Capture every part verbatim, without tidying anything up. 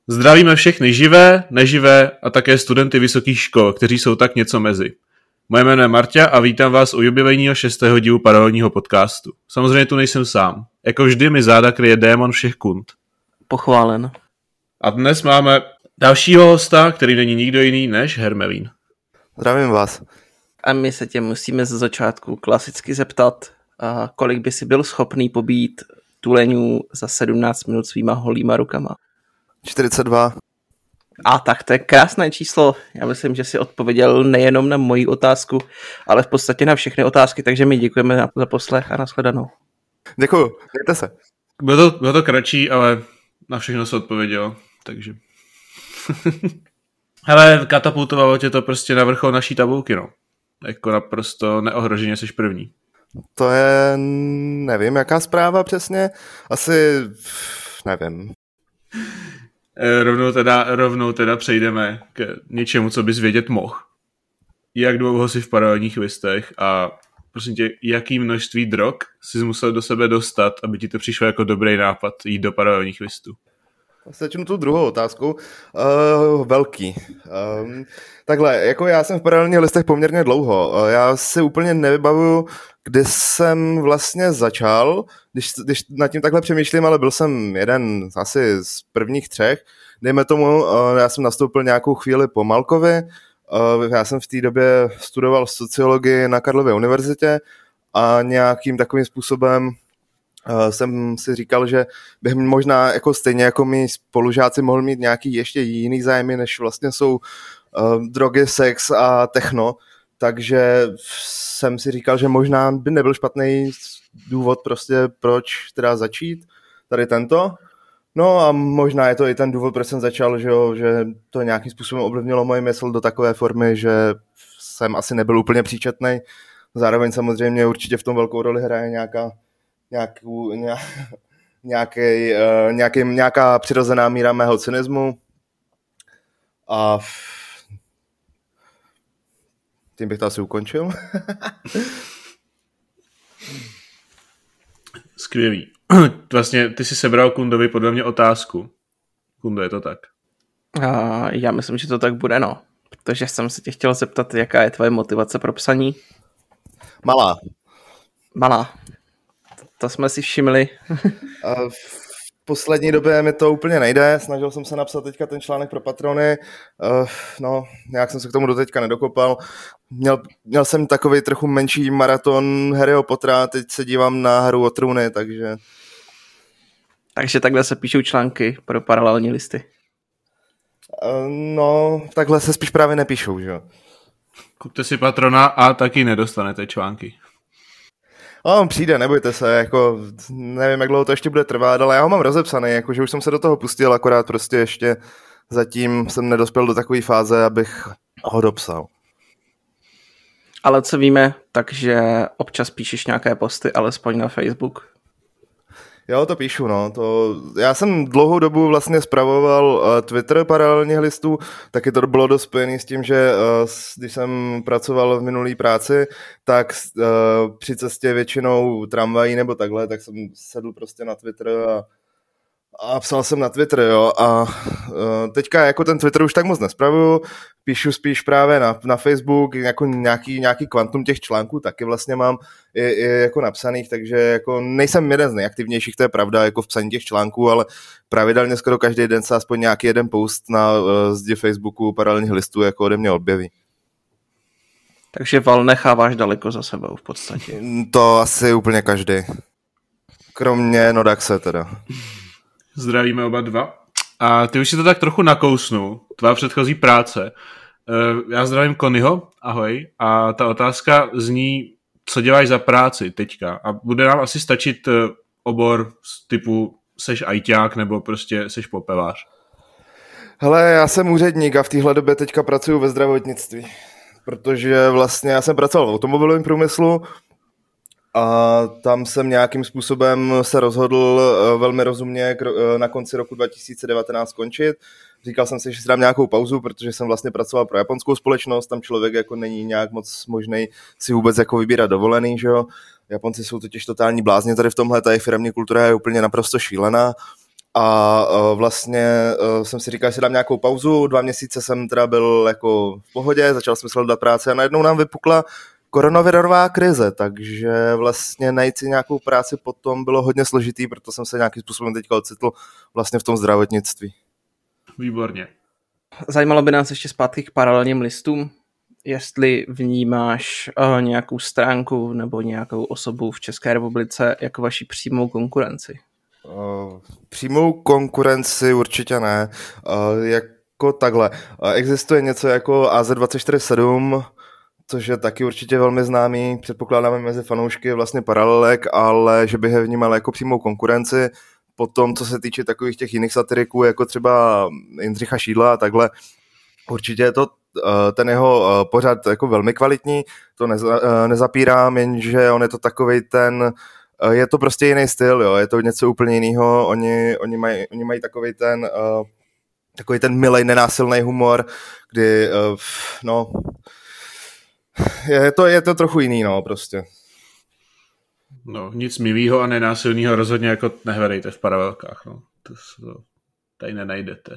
Zdravíme všechny živé, neživé a také studenty vysokých škol, kteří jsou tak něco mezi. Moje jméno je Marta a vítám vás u jubilejního šestého dílu paralelního podcastu. Samozřejmě tu nejsem sám. Jako vždy mi záda kryje démon všech kund. Pochválen. A dnes máme dalšího hosta, který není nikdo jiný než Hermelín. Zdravím vás. A my se tě musíme ze začátku klasicky zeptat, kolik by si byl schopný pobít tuleňů za sedmnáct minut svýma holýma rukama. čtyřicet dva. A tak to je krásné číslo. Já myslím, že jsi odpověděl nejenom na moji otázku, ale v podstatě na všechny otázky, takže my děkujeme za poslech a nashledanou. Děkuju, mějte se. Bylo to, bylo to kratší, ale na všechno se odpověděl, takže... Hele, katapultovalo tě to prostě na vrchol naší tabulky, no. Jako naprosto neohroženě jsi první. To je, nevím, jaká zpráva přesně. Asi, nevím. Rovnou teda, rovnou teda přejdeme k něčemu, co bys vědět mohl. Jak dlouho jsi v paralelních listech a prosím tě, jaký množství drog jsi musel do sebe dostat, aby ti to přišlo jako dobrý nápad jít do paralelních listů? Začnu tu druhou otázku. Uh, velký. Um, takhle, jako já jsem v paralelních listech poměrně dlouho. Uh, já si úplně nevybavuju, kdy jsem vlastně začal, když, když nad tím takhle přemýšlím, ale byl jsem jeden asi z prvních třech. Dejme tomu, uh, já jsem nastoupil nějakou chvíli po Malkovi. Uh, já jsem v té době studoval sociologii na Karlově univerzitě a nějakým takovým způsobem Uh, jsem si říkal, že bych možná jako stejně jako mý spolužáci mohl mít nějaký ještě jiný zájmy, než vlastně jsou uh, drogy, sex a techno, takže jsem si říkal, že možná by nebyl špatný důvod prostě, proč teda začít tady tento. No a možná je to i ten důvod, proč jsem začal, že, jo, že to nějakým způsobem ovlivnilo moji mysl do takové formy, že jsem asi nebyl úplně příčetnej. Zároveň samozřejmě určitě v tom velkou roli hraje nějaká Nějakou, nějaký, uh, nějaký, nějaká přirozená míra mého cynismu a tím bych to asi ukončil. Skvělý. Vlastně ty jsi sebral Kundovi podle mě otázku. Kundo, je to tak? Uh, já myslím, že to tak bude, no. Protože jsem se tě chtěl zeptat, jaká je tvoje motivace pro psaní? Malá. Malá. To jsme si všimli. V poslední době mi to úplně nejde. Snažil jsem se napsat teďka ten článek pro patrony. No, nějak jsem se k tomu doteďka nedokopal. Měl, měl jsem takový trochu menší maraton Harryho Pottera, teď se dívám na Hru o trůny, takže... Takže takhle se píšou články pro paralelní listy. No, takhle se spíš právě nepíšou, že jo. Kupte si patrona a taky nedostanete články. On přijde, nebojte se, jako nevím, jak dlouho to ještě bude trvat, ale já ho mám rozepsaný, jakože už jsem se do toho pustil, akorát prostě ještě zatím jsem nedospěl do takové fáze, abych ho dopsal. Ale co víme, takže občas píšeš nějaké posty, alespoň na Facebook. Jo, to píšu, no. To, já jsem dlouhou dobu vlastně spravoval uh, Twitter paralelních listů, taky to bylo dost spojený s tím, že uh, když jsem pracoval v minulý práci, tak uh, při cestě většinou tramvají nebo takhle, tak jsem sedl prostě na Twitter a, a psal jsem na Twitter, jo. A uh, teďka jako ten Twitter už tak moc nespravuju, píšu spíš právě na, na Facebook, jako nějaký, nějaký kvantum těch článků taky vlastně mám i, i jako napsaných, takže jako nejsem jeden z nejaktivnějších, to je pravda, jako v psaní těch článků, ale pravidelně skoro každý den se aspoň nějaký jeden post na uh, zdi Facebooku paralelních listů jako ode mě objeví. Takže val necháváš daleko za sebou v podstatě. To asi úplně každý. Kromě Nodaxe teda. Zdravíme oba dva. A ty už si to tak trochu nakousnul, tvá předchozí práce. Já zdravím Konyho, ahoj. A ta otázka zní, co děláš za práci teďka? A bude nám asi stačit obor z typu seš ajťák nebo prostě seš popelář. Hele, já jsem úředník a v téhle době teďka pracuju ve zdravotnictví. Protože vlastně já jsem pracoval v automobilovém průmyslu a tam jsem nějakým způsobem se rozhodl velmi rozumně na konci roku dva tisíce devatenáct skončit. Říkal jsem si, že si dám nějakou pauzu, protože jsem vlastně pracoval pro japonskou společnost, tam člověk jako není nějak moc možný si vůbec jako vybírat dovolený, že jo. Japonci jsou totiž totální blázni tady v tomhle, ta jejich firemní kultura je úplně naprosto šílená a uh, vlastně uh, jsem si říkal, že si dám nějakou pauzu, dva měsíce jsem teda byl jako v pohodě, začal jsem se hledat práce a najednou nám vypukla koronavirová krize, takže vlastně najít si nějakou práci potom bylo hodně složitý, proto jsem se nějakým způsobem teďka ocitl vlastně v tom zdravotnictví. Výborně. Zajímalo by nás ještě zpátky k paralelním listům, jestli vnímáš uh, nějakou stránku nebo nějakou osobu v České republice jako vaši přímou konkurenci. Uh, přímou konkurenci určitě ne. Uh, jako takhle. Uh, existuje něco jako A Z dvacet čtyři sedm, což je taky určitě velmi známý. Předpokládáme mezi fanoušky vlastně paralelek, ale že bych je vnímal jako přímou konkurenci. Potom, co se týče takových těch jiných satiriků, jako třeba Jindřicha Šídla a takhle, určitě je to ten jeho pořad jako velmi kvalitní, to neza, nezapírám, jenže on je to takovej ten, je to prostě jiný styl, jo, je to něco úplně jiného, oni, oni mají oni mají takovej ten, takový ten milej, nenásilný humor, kdy, no, je to, je to trochu jiný, no, prostě. No, nic milýho a nenásilného rozhodně jako nehledejte v paralelkách, no. To, to tady nenajdete.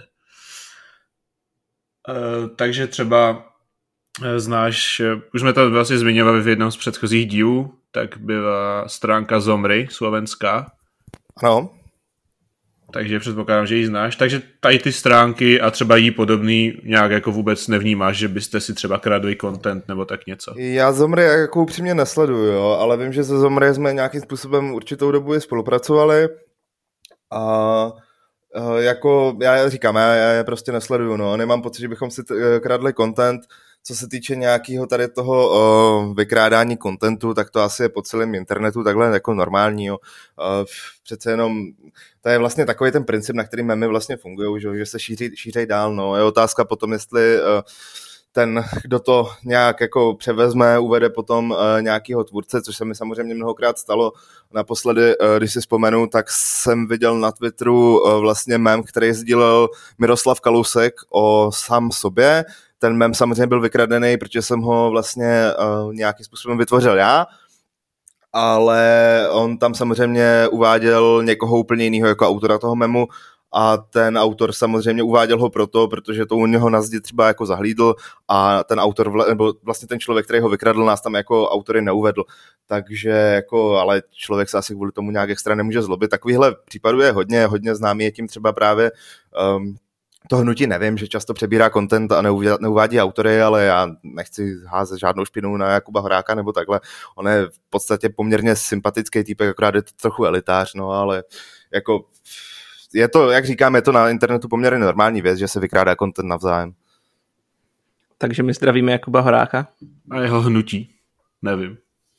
Uh, takže třeba uh, znáš, uh, už jsme to vlastně zmiňovali v jednom z předchozích dílů, tak byla stránka Zomry, slovenská. Ano. Takže předpokládám, že ji znáš. Takže tady ty stránky a třeba jí podobný nějak jako vůbec nevnímáš, že byste si třeba kradli content nebo tak něco. Já Zomry jako upřímně nesleduju, jo, ale vím, že se Zomry jsme nějakým způsobem určitou dobu spolupracovali a uh, jako já říkám, já, já je prostě nesleduju, no, nemám pocit, že bychom si t- kradli content. Co se týče nějakého tady toho uh, vykrádání kontentu, tak to asi je po celém internetu takhle jako normální. Jo. Uh, přece jenom, to je vlastně takový ten princip, na který memy vlastně fungují, že, že se šíří, šíří dál. No. Je otázka potom, jestli uh, ten, kdo to nějak jako převezme, uvede potom uh, nějakého tvůrce, což se mi samozřejmě mnohokrát stalo. Naposledy, uh, když si vzpomenu, tak jsem viděl na Twitteru uh, vlastně mem, který sdílel Miroslav Kalousek o sám sobě. Ten mem samozřejmě byl vykradený, protože jsem ho vlastně uh, nějakým způsobem vytvořil já, ale on tam samozřejmě uváděl někoho úplně jiného jako autora toho memu a ten autor samozřejmě uváděl ho proto, protože to u něho na zdi třeba jako zahlídl a ten autor, vla, nebo vlastně ten člověk, který ho vykradl, nás tam jako autory neuvedl. Takže jako, ale člověk se asi kvůli tomu nějak extra nemůže zlobit. Takovýhle případů je hodně, hodně známý, je tím třeba právě um, to hnutí, nevím, že často přebírá content a neuvádí, neuvádí autory, ale já nechci házet žádnou špinu na Jakuba Horáka nebo takhle. On je v podstatě poměrně sympatický týpek, akorát je to trochu elitář, no ale jako je to, jak říkám, je to na internetu poměrně normální věc, že se vykrádá content navzájem. Takže my zdravíme Jakuba Horáka. A jeho hnutí, nevím.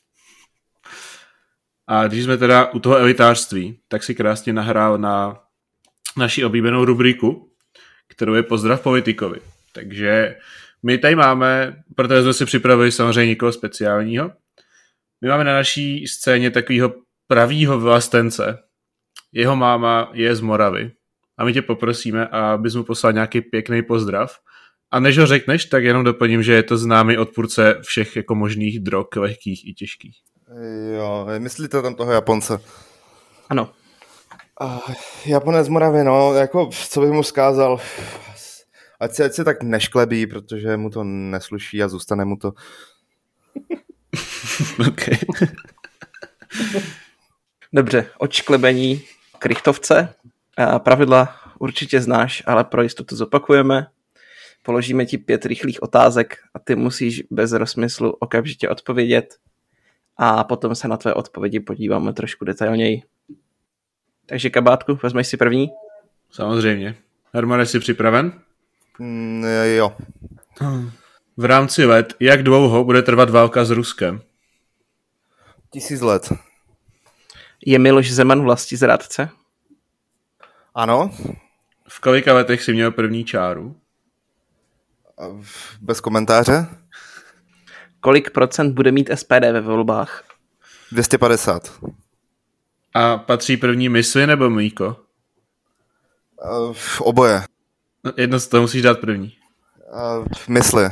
A když jsme teda u toho elitářství, tak si krásně nahrál na naši oblíbenou rubriku, kterou je Pozdrav politikovi. Takže my tady máme, protože jsme si připravili samozřejmě někoho speciálního, my máme na naší scéně takového pravýho vlastence. Jeho máma je z Moravy a my tě poprosíme, abys mu poslal nějaký pěkný pozdrav. A než ho řekneš, tak jenom doplním, že je to známý odpůrce všech jako možných drog, lehkých i těžkých. Jo, myslíte tam toho Japonce? Ano. Uh, Japonec z Moravy, no, jako, co bych mu zkázal, ať se, ať se tak nešklebí, protože mu to nesluší a zůstane mu to. OK. Dobře, od šklebení k rychtovce. Pravidla určitě znáš, ale pro jistotu zopakujeme. Položíme ti pět rychlých otázek a ty musíš bez rozmyslu okamžitě odpovědět a potom se na tvé odpovědi podíváme trošku detailněji. Takže Kabátku, vezmeš si první? Samozřejmě. Hermane, jsi připraven? Mm, jo. V rámci let, jak dlouho bude trvat válka s Ruskem? Tisíc let. Je Miloš Zeman vlastizrádce? Ano. V kolika letech jsi měl první čáru? Bez komentáře. Kolik procent bude mít S P D ve volbách? dvě stě padesát. A patří první mysli nebo mlíko? Uh, oboje. No, jedno z toho musíš dát první. Uh, mysli.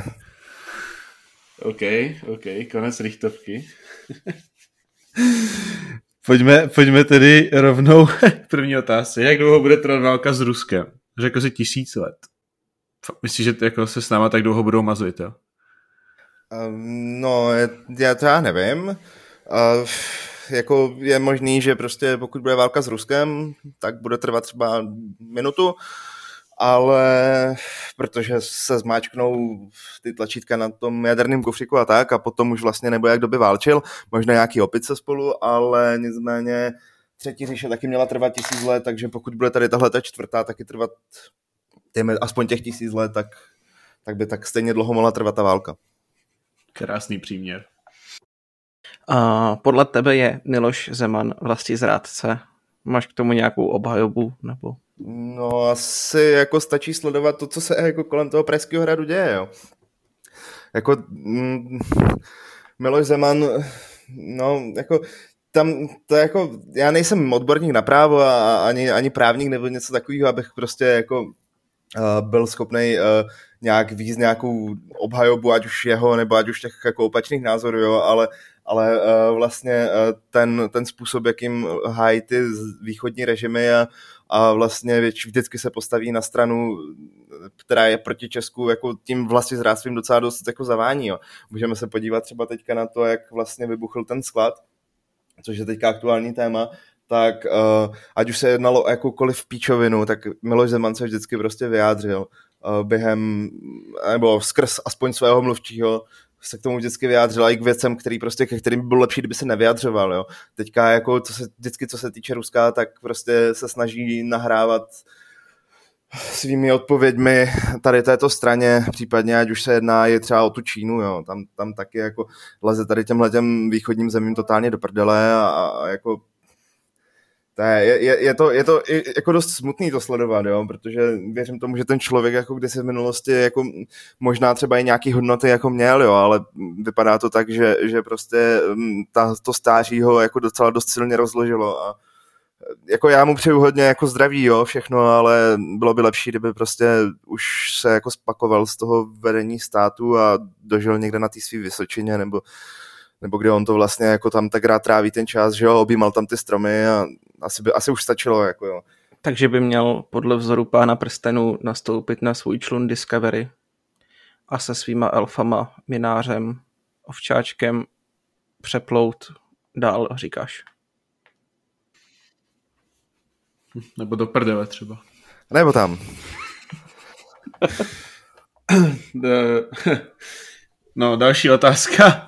OK, OK, konec rychtovky. Pojďme, pojďme tedy rovnou k první otázce. Jak dlouho bude trvat válka s Ruskem? Řekl jsi tisíc let. Myslíš, že jako se s náma tak dlouho budou mazlit, jo? Um, no, já to já nevím. Uh, jako je možný, že prostě pokud bude válka s Ruskem, tak bude trvat třeba minutu, ale protože se zmáčknou ty tlačítka na tom jaderném kufříku a tak a potom už vlastně nebude jak kdo by válčil, možná nějaký opice spolu, ale nicméně třetí říše taky měla trvat tisíc let, takže pokud bude tady tahle ta čtvrtá taky trvat těmi, aspoň těch tisíc let, tak, tak by tak stejně dlouho mohla trvat ta válka. Krásný příměr. A podle tebe je Miloš Zeman vlastizrádce? Máš k tomu nějakou obhajobu? Nebo? No asi jako stačí sledovat to, co se jako kolem toho Pražského hradu děje, jo. Jako mm, Miloš Zeman, no jako tam to jako, já nejsem odborník na právo a ani, ani právník nebo něco takového, abych prostě jako uh, byl schopnej uh, nějak víc nějakou obhajobu, ať už jeho, nebo ať už těch jako opačných názorů, jo, ale, ale uh, vlastně uh, ten, ten způsob, jakým hájí ty východní režimy a, a vlastně věč, vždycky se postaví na stranu, která je proti Česku, jako tím vlastizrádctvím docela dost jako zavání, jo. Můžeme se podívat třeba teďka na to, jak vlastně vybuchl ten sklad, což je teďka aktuální téma, tak uh, ať už se jednalo o jakoukoliv píčovinu, tak Miloš Zeman se vždycky prostě vyjádřil uh, během, nebo skrz aspoň svého mluvčího, se k tomu vždycky vyjádřil i k věcem, který prostě, ke kterým by bylo lepší, kdyby se nevyjadřoval, jo. Teďka jako, co se, vždycky, co se týče Ruska, tak prostě se snaží nahrávat svými odpověďmi tady této straně, případně ať už se jedná je třeba o tu Čínu, jo. Tam, tam taky jako leze tady těmhletěm východním zemím totálně do prdele a, a jako to je, je, je, to, je to jako dost smutný to sledovat, jo, protože věřím tomu, že ten člověk jako kdysi v minulosti jako možná třeba i nějaký hodnoty jako měl, jo, ale vypadá to tak, že, že prostě ta, to stáří ho jako docela dost silně rozložilo a jako já mu přeju hodně jako zdraví, jo, všechno, ale bylo by lepší, kdyby prostě už se jako spakoval z toho vedení státu a dožil někde na té svý Vysočině, nebo, nebo kde on to vlastně jako tam tak rád tráví ten čas, že jo, objímal tam ty stromy a asi, by, asi už stačilo, jako jo. Takže by měl podle vzoru Pána prstenů nastoupit na svůj člun Discovery a se svýma elfama, minářem, ovčáčkem přeplout dál, říkáš. Nebo do prdele třeba. Nebo tam. No, další otázka.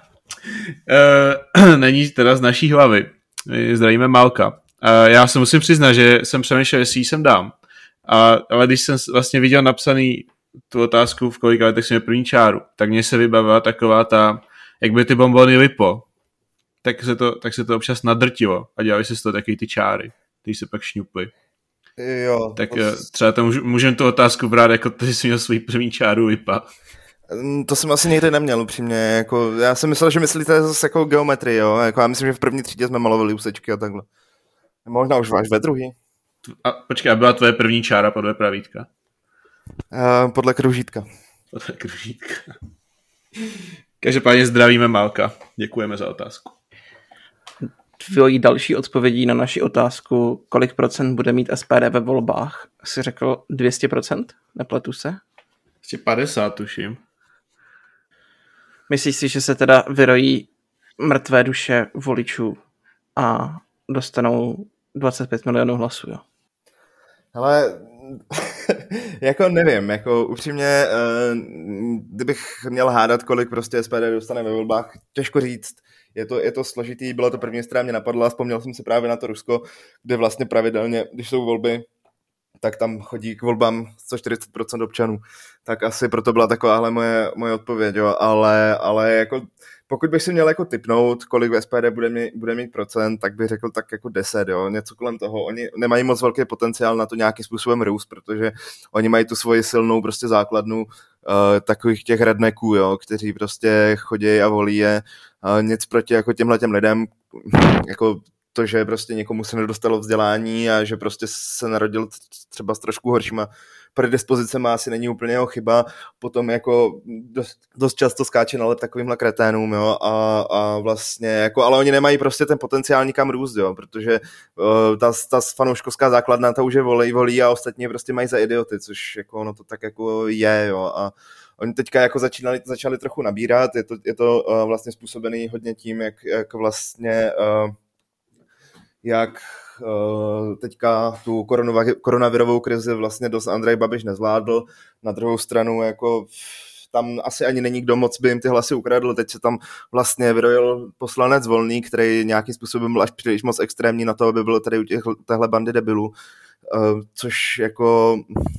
Není teda z naší hlavy. Zdravíme Malka. Já se musím přiznat, že jsem přemýšlel, jestli ji sem dám. A, ale když jsem vlastně viděl napsaný tu otázku, v kolika letech jsem měl první čáru, tak mně se vybavila taková ta, jak by ty bonbony Lipo. Tak se to, tak se to občas nadrtilo a dělali se z toho taky ty čáry, ty se pak šňuply. Jo. Tak to... třeba to můžu, můžeme tu otázku brát, jako ty jsi měl svůj první čáru Lipa. To jsem asi nikdy neměl, upřímně. Jako, já jsem myslel, že myslíte zase jako geometrii, jo. Jako, já myslím, že v první třídě jsme malovali úsečky a takhle. Možná už až ve druhý. A počkej, a byla tvoje první čára podle pravítka? Uh, podle kružítka. Podle kružítka. Každopádně zdravíme Malka. Děkujeme za otázku. Tvojí další odpovědí na naši otázku, kolik procent bude mít S P D ve volbách, si řekl dvě stě procent? Nepletu se? sto padesát tuším. Myslíš si, že se teda vyrojí mrtvé duše voličů a dostanou dvacet pět milionů hlasů, jo? Ale jako nevím, jako upřímně, kdybych měl hádat, kolik prostě S P D dostane ve volbách, těžko říct. Je to, je to složitý, byla to první, která mě napadla, vzpomněl jsem si právě na to Rusko, kde vlastně pravidelně, když jsou volby, tak tam chodí k volbám sto čtyřicet procent občanů. Tak asi proto byla takováhle moje, moje odpověď, jo. Ale, ale jako, pokud bych si měl jako tipnout, kolik v S P D bude mít, bude mít procent, tak bych řekl tak jako deset, jo. Něco kolem toho. Oni nemají moc velký potenciál na to nějakým způsobem růst, protože oni mají tu svoji silnou prostě základnu uh, takových těch rednecků, jo, kteří prostě chodí a volí je. Uh, nic proti jako těmhletěm lidem, jako to, že prostě někomu se nedostalo vzdělání a že prostě se narodil třeba s trošku horšíma predispozice má, asi není úplně jeho chyba, potom jako dost, dost často skáče na lep takovýmhle kreténům, jo, a, a vlastně jako, ale oni nemají prostě ten potenciál nikam růst, jo, protože uh, ta, ta fanouškovská základna, ta už je volí, volí a ostatní prostě mají za idioty, což jako ono to tak jako je, jo, a oni teďka jako začínali, začali trochu nabírat, je to, je to uh, vlastně způsobený hodně tím, jak, jak vlastně uh, jak uh, teďka tu koronavirovou krizi vlastně dost Andrej Babiš nezvládl. Na druhou stranu jako tam asi ani není kdo moc by jim ty hlasy ukradl. Teď se tam vlastně vyrojil poslanec Volný, který nějakým způsobem byl až příliš moc extrémní na to, aby byl tady u těch, téhle bandy debilů, uh, což jako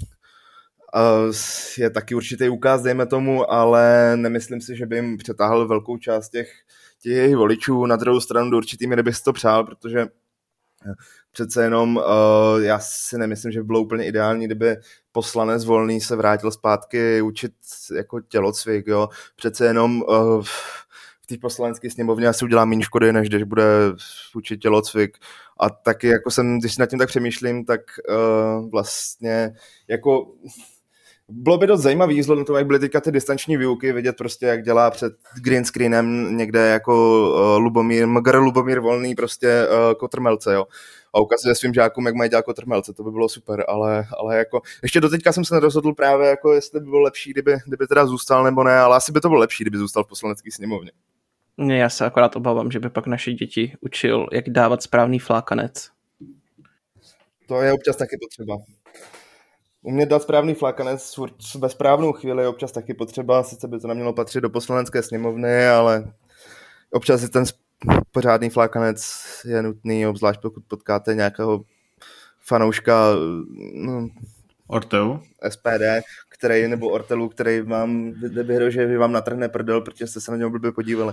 uh, je taky určitý úkaz, dejme tomu, ale nemyslím si, že by jim přetáhl velkou část těch, těch jejich voličů. Na druhou stranu do určitý míry bych si to přál, protože přece jenom uh, já si nemyslím, že by bylo úplně ideální, kdyby poslanec Volný se vrátil zpátky učit jako tělocvik, jo. Přece jenom uh, v té poslanecké sněmovně asi udělá méně škody, než když bude učit tělocvik. A taky jako jsem, když nad tím tak přemýšlím, tak uh, vlastně jako bylo by dost zajímavý vzhledem na to, jak byly teďka ty distanční výuky, vidět prostě, jak dělá před green screenem někde jako uh, Lubomír, Mgr Lubomír Volný prostě uh, kotrmelce, jo. A ukazuje svým žákům, jak mají dělat kotrmelce, to by bylo super, ale, ale jako, ještě doteďka jsem se nerozhodl právě, jako jestli by bylo lepší, kdyby, kdyby teda zůstal nebo ne, ale asi by to bylo lepší, kdyby zůstal v poslanecké sněmovně. Já se akorát obávám, že by pak naše děti učil, jak dávat správný flákanec. To je občas taky potřeba. Umět dát správný flákanec ve správnou chvíli je občas taky potřeba, sice by to nemělo patřit do poslanecké sněmovny, ale občas i ten pořádný flákanec je nutný, obzvlášť pokud potkáte nějakého fanouška no, Ortelu? S P D, který, nebo Ortelu, který vám vyhrožuje, že vám natrhne prdel, protože jste se na něho blbě podívali.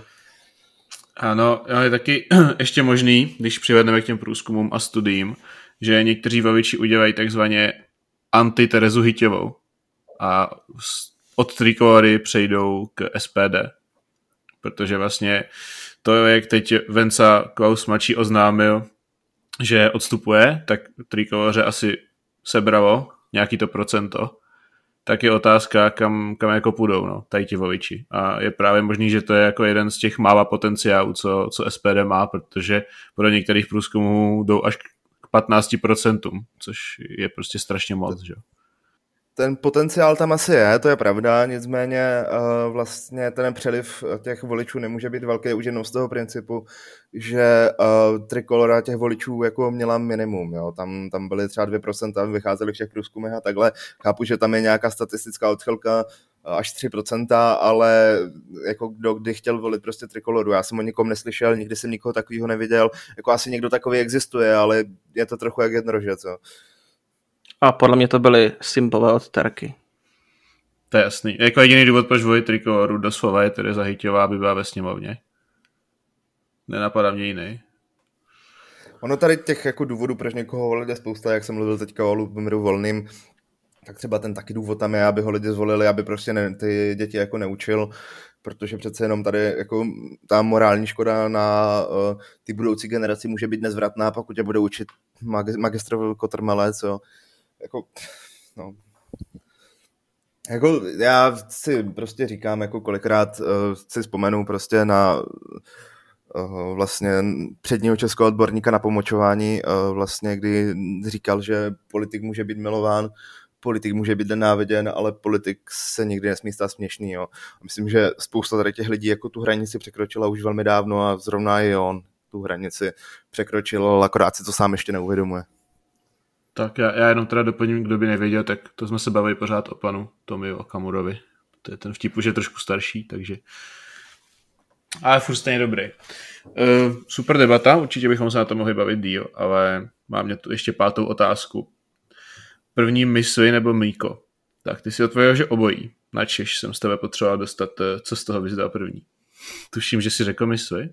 Ano, je taky ještě možný, když přivedneme k těm průzkumům a studiím, že někteří voliči udělají takzvaně anti-Terezu Hyťovou a od Trikolory přejdou k S P D. Protože vlastně to, jak teď Venca Klaus mladší oznámil, že odstupuje, tak Trikoloře asi sebralo nějaký to procento, tak je otázka, kam, kam jako půjdou, no, tady ti voliči. A je právě možný, že to je jako jeden z těch mála potenciálů, co, co S P D má, protože podle některých průzkumů jdou až k patnáct procent, což je prostě strašně moc, že? Ten potenciál tam asi je, to je pravda, nicméně uh, vlastně ten přeliv těch voličů nemůže být velký už jenom z toho principu, že uh, Trikolora těch voličů jako měla minimum, jo. Tam, tam byly třeba dvě procenta, vycházely v těch průzkumech a takhle. Chápu, že tam je nějaká statistická odchylka až tři procenta, ale jako kdo kdy chtěl volit prostě Trikoloru. Já jsem o nikom neslyšel, nikdy jsem nikoho takového neviděl, jako asi někdo takový existuje, ale je to trochu jak jednorožec, jo. A podle mě to byly symbové od Terky. To je jasný. Jako jediný důvod, proč volit Trikoloru doslova je Tereza Hyťová, aby byla ve sněmovně. Nenapadá mě jiný. Ono tady těch jako důvodů, proč někoho volit je spousta, jak jsem mluvil teďka o Lubomíru Volným, tak třeba ten taky důvod tam je, aby ho lidi zvolili, aby prostě ne, ty děti jako neučil, protože přece jenom tady jako ta morální škoda na uh, ty budoucí generaci může být nezvratná, pokud tě bude učit mag- magistr Kotrmelec, jo. Jako, no. Jako já si prostě říkám, jako kolikrát uh, si vzpomenu prostě na uh, vlastně předního českého odborníka na pomočování, uh, vlastně kdy říkal, že politik může být milován, politik může být nenáviděn, ale politik se nikdy nesmí stát směšný, jo. A myslím, že spousta tady těch lidí jako tu hranici překročila už velmi dávno a zrovna i on tu hranici překročil, ale akorát si to sám ještě neuvědomuje. Tak já, já jenom teda doplním, kdo by nevěděl, tak to jsme se bavili pořád o panu Tomio Okamurovi. To je ten vtip, už je trošku starší, takže... Ale furt stejně dobrý. Uh, super debata, určitě bychom se na to mohli bavit díl, ale mám tu ještě pátou otázku. První mysli nebo mlíko? Tak ty si odpověděl, že obojí. Načež jsem z tebe potřeboval dostat, co z toho bys dal první. Tuším, že si řekl mysli.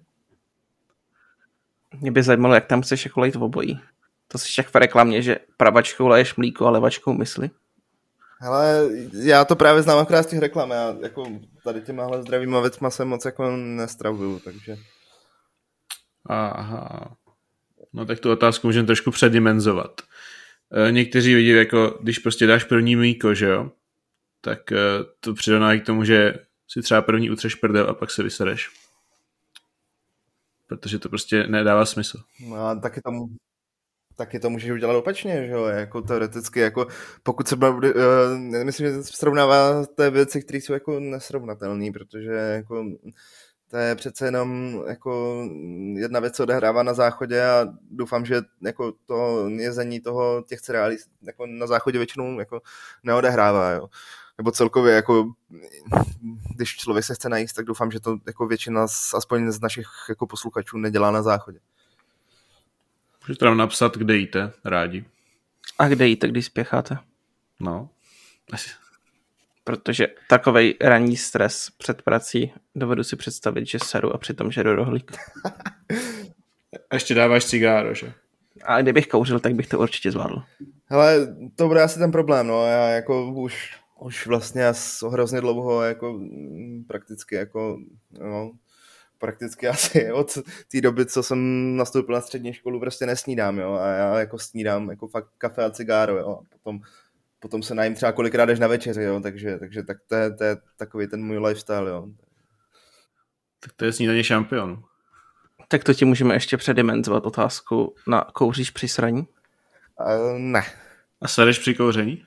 Mě by zajímalo, jak tam chceš jako lejt v obojí. To si však v reklamě, že pravačkou leješ mlíko a levačkou mysli. Hele, já to právě znám akorát z těch reklam. Já jako tady těmahle zdravýma věcma se moc jako nestravuju, takže... Aha. No tak tu otázku můžeme trošku předimenzovat. někteří vidí, jako když prostě dáš první mlíko, že jo, tak to přirovnávají k tomu, že si třeba první utřeš prdel a pak se vysereš. Protože to prostě nedává smysl. No a taky to, taky to můžeš udělat opačně, že jo, jako teoreticky, jako pokud se bude, uh, myslím, že srovnává té věci, které jsou jako nesrovnatelné, protože jako to je přece jenom jako jedna věc, co odehrává na záchodě a doufám, že jako to jezení toho těch cereálí jako na záchodě většinou jako neodehrává, jo. Nebo celkově, jako, když člověk se chce najíst, tak doufám, že to jako většina, z, aspoň z našich jako posluchačů, nedělá na záchodě. Můžete nám napsat, kde jíte rádi. A kde jíte, když spěcháte? No. Protože takovej ranní stres před prací dovedu si představit, že seru a přitom žeru rohlík. A ještě dáváš cigáro, že? A kdybych kouřil, tak bych to určitě zvládl. Hele, to bude asi ten problém, no. Já jako už, už vlastně hrozně dlouho jako prakticky jako, no, prakticky asi od té doby, co jsem nastoupil na střední školu, prostě nesnídám, jo. A já jako snídám jako fakt kafe a cigáro, jo. A potom Potom se najím třeba kolikrát až na večeři, jo, takže, takže tak to, je, to je takový ten můj lifestyle, jo. Tak to je snídaně šampionu. Tak to ti můžeme ještě předimenzovat otázku na kouříš při sraní? Uh, ne. A sereš při kouření?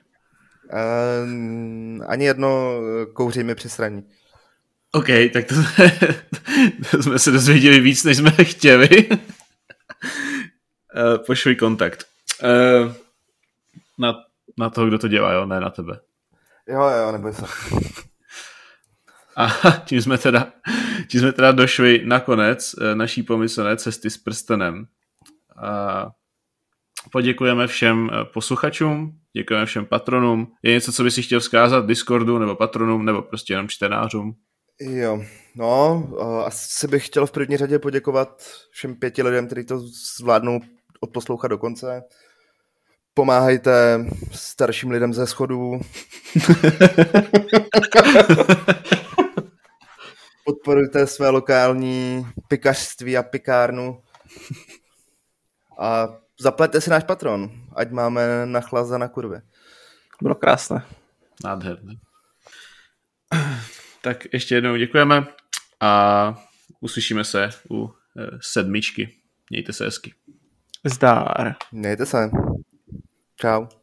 Uh, ani jedno kouříme při sraní. OK, tak to, to jsme se dozvěděli víc, než jsme chtěli. uh, pošli kontakt. Uh, na Na toho, kdo to dělá, jo? Ne na tebe. Jo, jo, neboj se. A tím jsme teda, tím jsme teda došli na konec naší pomyslné cesty s prstenem. A poděkujeme všem posluchačům, děkujeme všem patronům. Je něco, co by si chtěl vzkázat Discordu, nebo patronům, nebo prostě jenom čtenářům? Jo, no, asi bych chtěl v první řadě poděkovat všem pěti lidem, kteří to zvládnou odposlouchat do konce. Pomáhejte starším lidem ze schodů. Podporujte své lokální pekařství a pekárnu. A zaplaťte si náš patron, ať máme na chlaz a na kurvě. Bylo krásné. Nádherné. Tak ještě jednou děkujeme a uslyšíme se u sedmičky. Mějte se hezky. Zdár. Mějte se. Čau.